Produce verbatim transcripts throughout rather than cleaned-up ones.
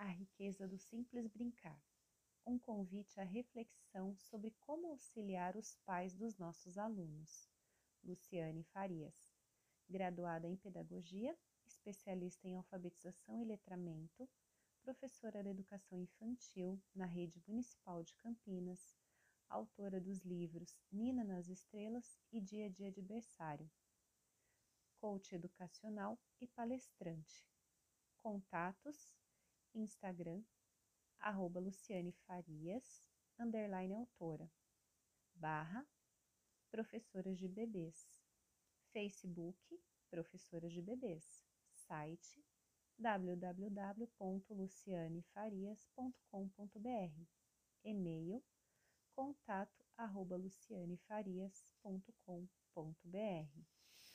A riqueza do simples brincar. Um convite à reflexão sobre como auxiliar os pais dos nossos alunos. Luciane Farias, graduada em Pedagogia, especialista em Alfabetização e Letramento, professora de Educação Infantil na Rede Municipal de Campinas, autora dos livros Nina nas Estrelas e Dia a Dia de Berçário, coach educacional e palestrante. Contatos: Instagram, arroba Luciane Farias, underline autora, barra, professoras de bebês, Facebook, professoras de bebês, site w w w ponto luciane farias ponto com ponto b r, e-mail, contato arroba luciane farias ponto com ponto b r.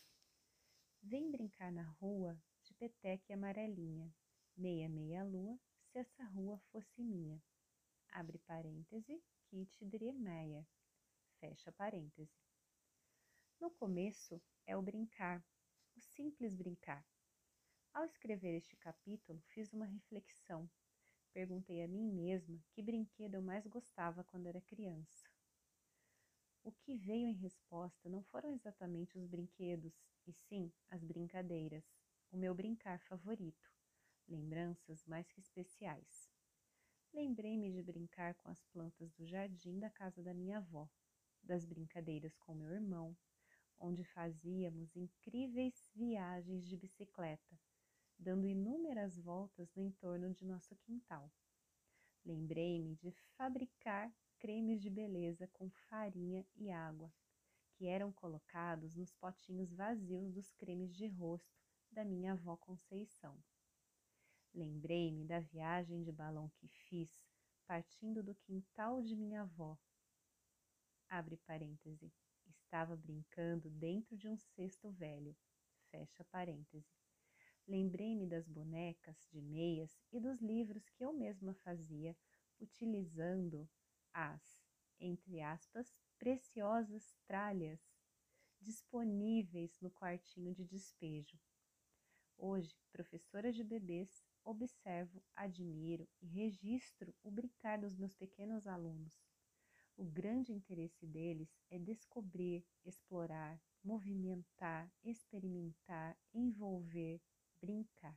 Vem brincar na rua de peteca e amarelinha, meia meia lua, se essa rua fosse minha. Abre parêntese, Kit Driemeyer. Fecha parêntese. No começo é o brincar, o simples brincar. Ao escrever este capítulo, fiz uma reflexão. Perguntei a mim mesma que brinquedo eu mais gostava quando era criança. O que veio em resposta não foram exatamente os brinquedos, e sim as brincadeiras, o meu brincar favorito, lembranças mais que especiais. Lembrei-me de brincar com as plantas do jardim da casa da minha avó, das brincadeiras com meu irmão, onde fazíamos incríveis viagens de bicicleta, dando inúmeras voltas no entorno de nosso quintal. Lembrei-me de fabricar cremes de beleza com farinha e água, que eram colocados nos potinhos vazios dos cremes de rosto da minha avó Conceição. Lembrei-me da viagem de balão que fiz, partindo do quintal de minha avó. Abre parêntese. Estava brincando dentro de um cesto velho. Fecha parêntese. Lembrei-me das bonecas de meias e dos livros que eu mesma fazia, utilizando as, entre aspas, preciosas tralhas disponíveis no quartinho de despejo. Hoje, professora de bebês, observo, admiro e registro o brincar dos meus pequenos alunos. O grande interesse deles é descobrir, explorar, movimentar, experimentar, envolver, brincar.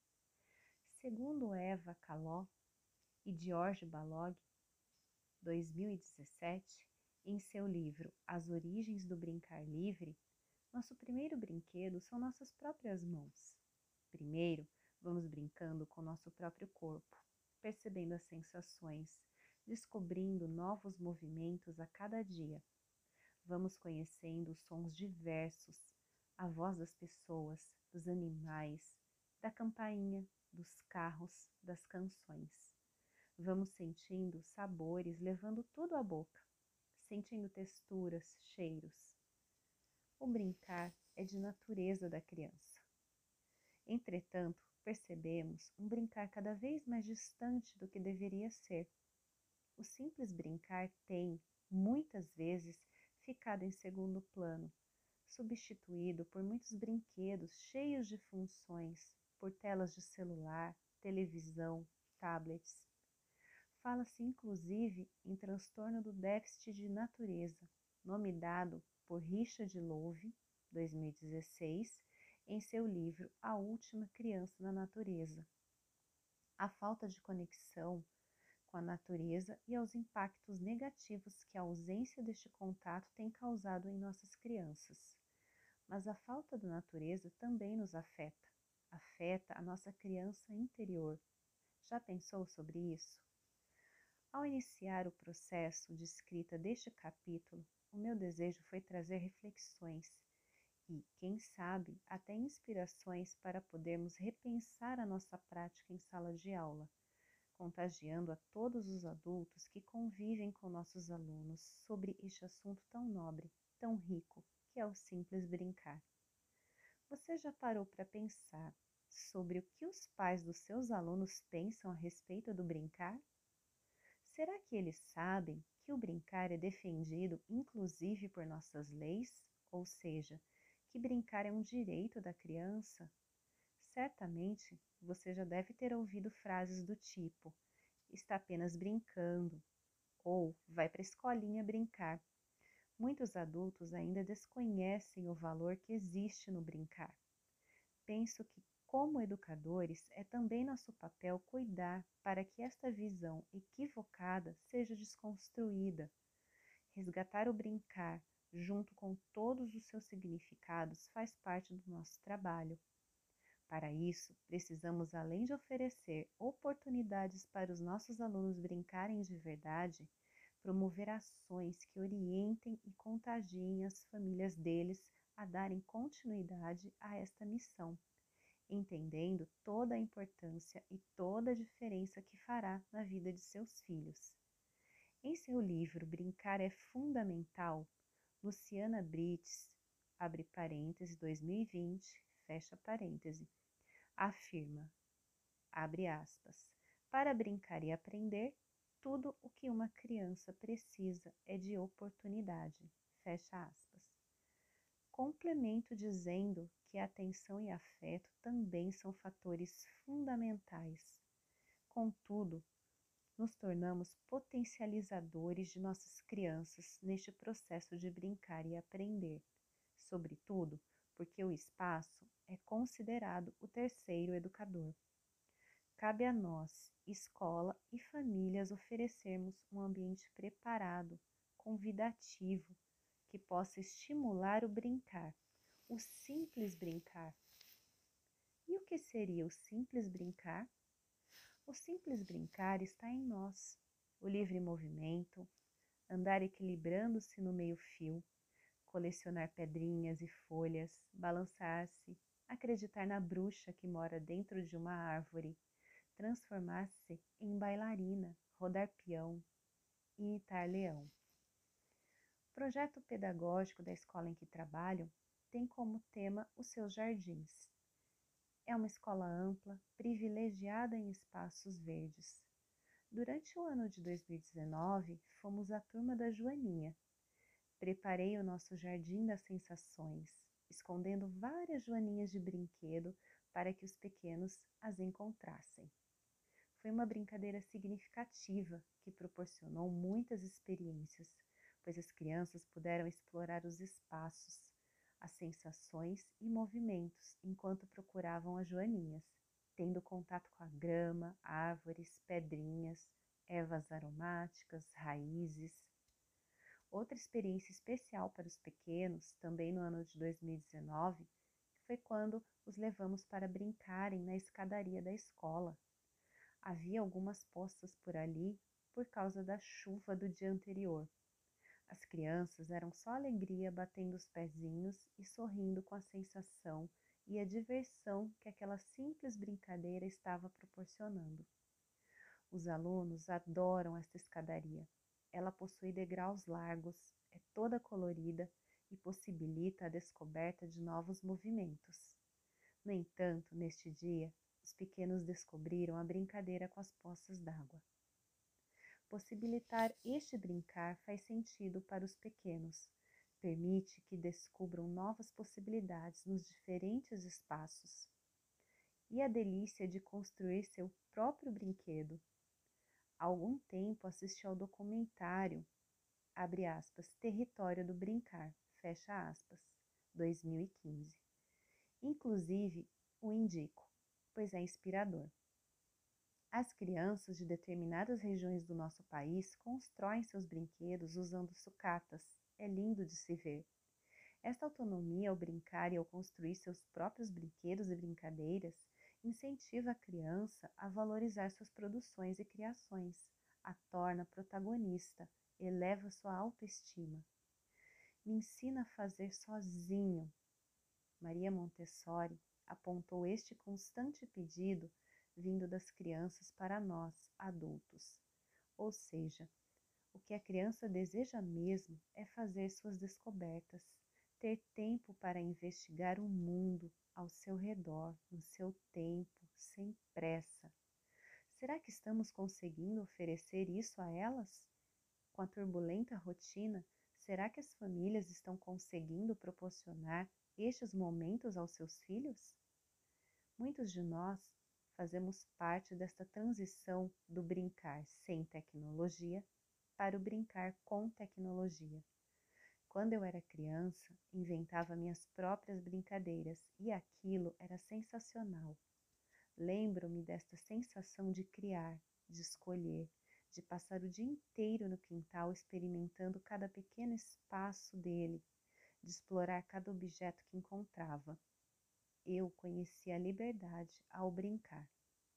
Segundo Eva Caló e George Balog, dois mil e dezessete, em seu livro As Origens do Brincar Livre, nosso primeiro brinquedo são nossas próprias mãos. Primeiro, vamos brincando com nosso próprio corpo, percebendo as sensações, descobrindo novos movimentos a cada dia. Vamos conhecendo os sons diversos, a voz das pessoas, dos animais, da campainha, dos carros, das canções. Vamos sentindo sabores, levando tudo à boca, sentindo texturas, cheiros. O brincar é de natureza da criança. Entretanto, percebemos um brincar cada vez mais distante do que deveria ser. O simples brincar tem, muitas vezes, ficado em segundo plano, substituído por muitos brinquedos cheios de funções, por telas de celular, televisão, tablets. Fala-se inclusive em transtorno do déficit de natureza, nome dado por Richard Louv, dois mil e dezesseis, em seu livro A Última Criança na Natureza. A falta de conexão com a natureza e aos impactos negativos que a ausência deste contato tem causado em nossas crianças. Mas a falta da natureza também nos afeta, afeta a nossa criança interior. Já pensou sobre isso? Ao iniciar o processo de escrita deste capítulo, o meu desejo foi trazer reflexões e, quem sabe, até inspirações para podermos repensar a nossa prática em sala de aula, contagiando a todos os adultos que convivem com nossos alunos sobre este assunto tão nobre, tão rico, que é o simples brincar. Você já parou para pensar sobre o que os pais dos seus alunos pensam a respeito do brincar? Será que eles sabem que o brincar é defendido inclusive por nossas leis? Ou seja, que brincar é um direito da criança? Certamente você já deve ter ouvido frases do tipo: está apenas brincando, ou vai para a escolinha brincar. Muitos adultos ainda desconhecem o valor que existe no brincar. Penso que, como educadores, é também nosso papel cuidar para que esta visão equivocada seja desconstruída. Resgatar o brincar, junto com todos os seus significados, faz parte do nosso trabalho. Para isso, precisamos, além de oferecer oportunidades para os nossos alunos brincarem de verdade, promover ações que orientem e contagiem as famílias deles a darem continuidade a esta missão, entendendo toda a importância e toda a diferença que fará na vida de seus filhos. Em seu livro Brincar é Fundamental, Luciana Brites, abre parêntese, dois mil e vinte, fecha parêntese, afirma, abre aspas, para brincar e aprender, tudo o que uma criança precisa é de oportunidade, fecha aspas. Complemento dizendo que atenção e afeto também são fatores fundamentais. Contudo, nos tornamos potencializadores de nossas crianças neste processo de brincar e aprender, sobretudo porque o espaço é considerado o terceiro educador. Cabe a nós, escola e famílias, oferecermos um ambiente preparado, convidativo, que possa estimular o brincar, o simples brincar. E o que seria o simples brincar? O simples brincar está em nós, o livre movimento, andar equilibrando-se no meio-fio, colecionar pedrinhas e folhas, balançar-se, acreditar na bruxa que mora dentro de uma árvore, transformar-se em bailarina, rodar peão, imitar leão. O projeto pedagógico da escola em que trabalho tem como tema os seus jardins. É uma escola ampla, privilegiada em espaços verdes. Durante o ano de dois mil e dezenove, fomos a turma da Joaninha. Preparei o nosso jardim das sensações, escondendo várias joaninhas de brinquedo para que os pequenos as encontrassem. Foi uma brincadeira significativa que proporcionou muitas experiências, pois as crianças puderam explorar os espaços, as sensações e movimentos enquanto procuravam as joaninhas, tendo contato com a grama, árvores, pedrinhas, ervas aromáticas, raízes. Outra experiência especial para os pequenos, também no ano de dois mil e dezenove, foi quando os levamos para brincarem na escadaria da escola. Havia algumas poças por ali por causa da chuva do dia anterior. As crianças eram só alegria batendo os pezinhos e sorrindo com a sensação e a diversão que aquela simples brincadeira estava proporcionando. Os alunos adoram esta escadaria. Ela possui degraus largos, é toda colorida e possibilita a descoberta de novos movimentos. No entanto, neste dia, os pequenos descobriram a brincadeira com as poças d'água. Possibilitar este brincar faz sentido para os pequenos, permite que descubram novas possibilidades nos diferentes espaços. E a delícia de construir seu próprio brinquedo. Há algum tempo assisti ao documentário, abre aspas, Território do Brincar, fecha aspas, dois mil e quinze. Inclusive, o indico, pois é inspirador. As crianças de determinadas regiões do nosso país constroem seus brinquedos usando sucatas. É lindo de se ver. Esta autonomia ao brincar e ao construir seus próprios brinquedos e brincadeiras incentiva a criança a valorizar suas produções e criações, a torna protagonista, eleva sua autoestima. Me ensina a fazer sozinho. Maria Montessori apontou este constante pedido vindo das crianças para nós, adultos. Ou seja, o que a criança deseja mesmo é fazer suas descobertas, ter tempo para investigar o mundo ao seu redor, no seu tempo, sem pressa. Será que estamos conseguindo oferecer isso a elas? Com a turbulenta rotina, será que as famílias estão conseguindo proporcionar estes momentos aos seus filhos? Muitos de nós fazemos parte desta transição do brincar sem tecnologia para o brincar com tecnologia. Quando eu era criança, inventava minhas próprias brincadeiras e aquilo era sensacional. Lembro-me desta sensação de criar, de escolher, de passar o dia inteiro no quintal experimentando cada pequeno espaço dele, de explorar cada objeto que encontrava. Eu conhecia a liberdade ao brincar.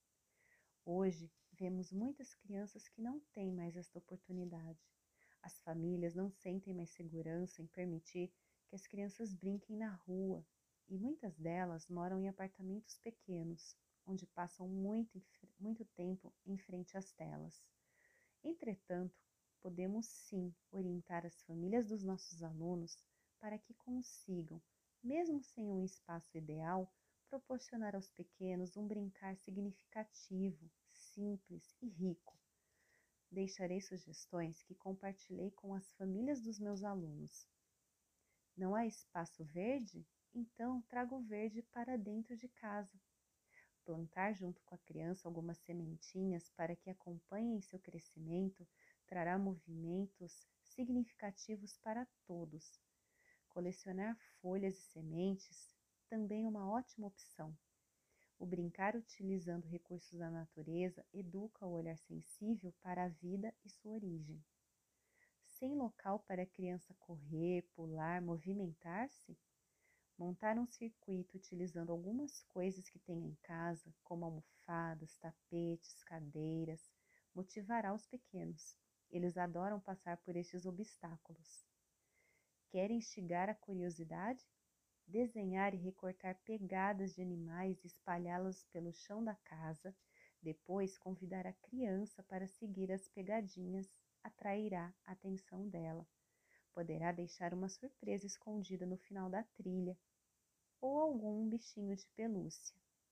Hoje, vemos muitas crianças que não têm mais esta oportunidade. As famílias não sentem mais segurança em permitir que as crianças brinquem na rua, e muitas delas moram em apartamentos pequenos, onde passam muito, muito tempo em frente às telas. Entretanto, podemos sim orientar as famílias dos nossos alunos para que consigam, mesmo sem um espaço ideal, proporcionar aos pequenos um brincar significativo, simples e rico. Deixarei sugestões que compartilhei com as famílias dos meus alunos. Não há espaço verde? Então traga o verde para dentro de casa. Plantar junto com a criança algumas sementinhas para que acompanhem seu crescimento trará movimentos significativos para todos. Colecionar folhas e sementes também é uma ótima opção. O brincar utilizando recursos da natureza educa o olhar sensível para a vida e sua origem. Sem local para a criança correr, pular, movimentar-se, montar um circuito utilizando algumas coisas que tem em casa, como almofadas, tapetes, cadeiras, motivará os pequenos. Eles adoram passar por estes obstáculos. Querem instigar a curiosidade? Desenhar e recortar pegadas de animais e espalhá-las pelo chão da casa, depois convidar a criança para seguir as pegadinhas, atrairá a atenção dela. Poderá deixar uma surpresa escondida no final da trilha, ou algum bichinho de pelúcia.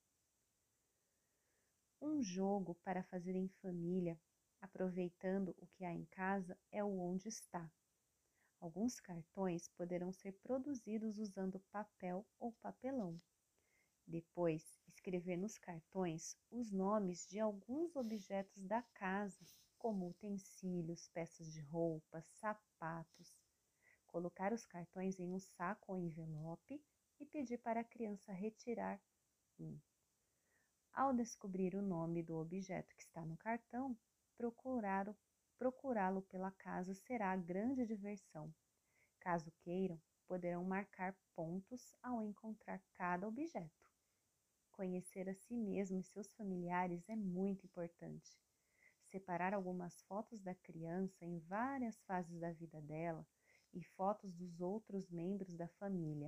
Um jogo para fazer em família, aproveitando o que há em casa, é o Onde Está. Alguns cartões poderão ser produzidos usando papel ou papelão. Depois, escrever nos cartões os nomes de alguns objetos da casa, como utensílios, peças de roupa, sapatos. Colocar os cartões em um saco ou envelope e pedir para a criança retirar um. Ao descobrir o nome do objeto que está no cartão, procurá-lo procurá-lo pela casa será a grande diversão. Caso queiram, poderão marcar pontos ao encontrar cada objeto. Conhecer a si mesmo e seus familiares é muito importante. Separar algumas fotos da criança em várias fases da vida dela e fotos dos outros membros da família.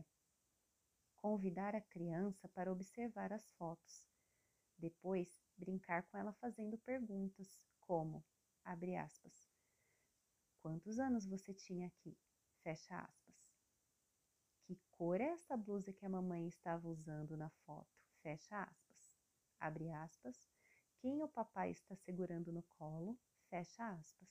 Convidar a criança para observar as fotos. Depois, brincar com ela fazendo perguntas, como, abre aspas, quantos anos você tinha aqui? Fecha aspas. Que cor é essa blusa que a mamãe estava usando na foto? Fecha aspas. Abre aspas. Quem o papai está segurando no colo? Fecha aspas.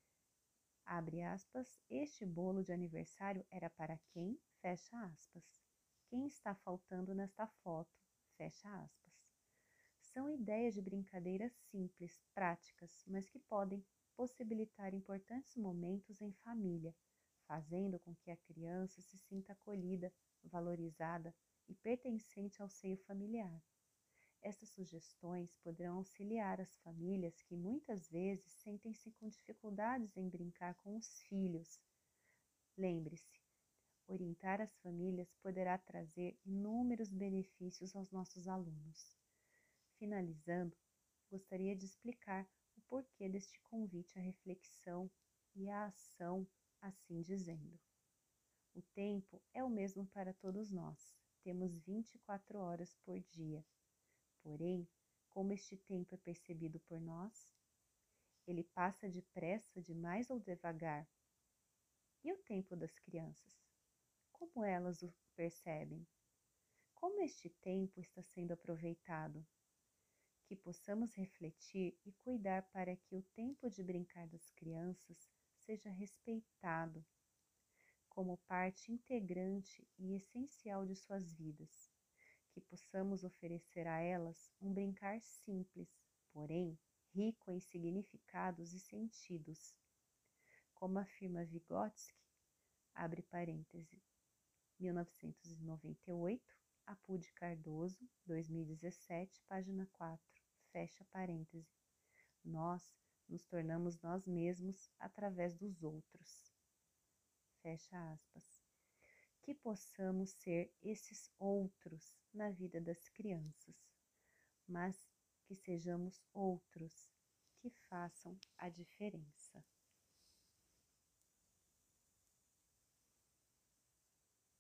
Abre aspas. Este bolo de aniversário era para quem? Fecha aspas. Quem está faltando nesta foto? Fecha aspas. São ideias de brincadeiras simples, práticas, mas que podem possibilitar importantes momentos em família, fazendo com que a criança se sinta acolhida, valorizada e pertencente ao seio familiar. Essas sugestões poderão auxiliar as famílias que muitas vezes sentem-se com dificuldades em brincar com os filhos. Lembre-se, orientar as famílias poderá trazer inúmeros benefícios aos nossos alunos. Finalizando, gostaria de explicar o porquê deste convite à reflexão e à ação, assim dizendo. O tempo é o mesmo para todos nós, temos vinte e quatro horas por dia. Porém, como este tempo é percebido por nós? Ele passa depressa demais ou devagar? E o tempo das crianças? Como elas o percebem? Como este tempo está sendo aproveitado? Que possamos refletir e cuidar para que o tempo de brincar das crianças seja respeitado como parte integrante e essencial de suas vidas. que possamos oferecer a elas um brincar simples, porém rico em significados e sentidos. Como afirma Vygotsky, abre parêntese, mil novecentos e noventa e oito, Apud Cardoso, dois mil e dezessete, página quatro, fecha parêntese. Nós nos tornamos nós mesmos através dos outros. Fecha aspas. Que possamos ser esses outros na vida das crianças, mas que sejamos outros que façam a diferença.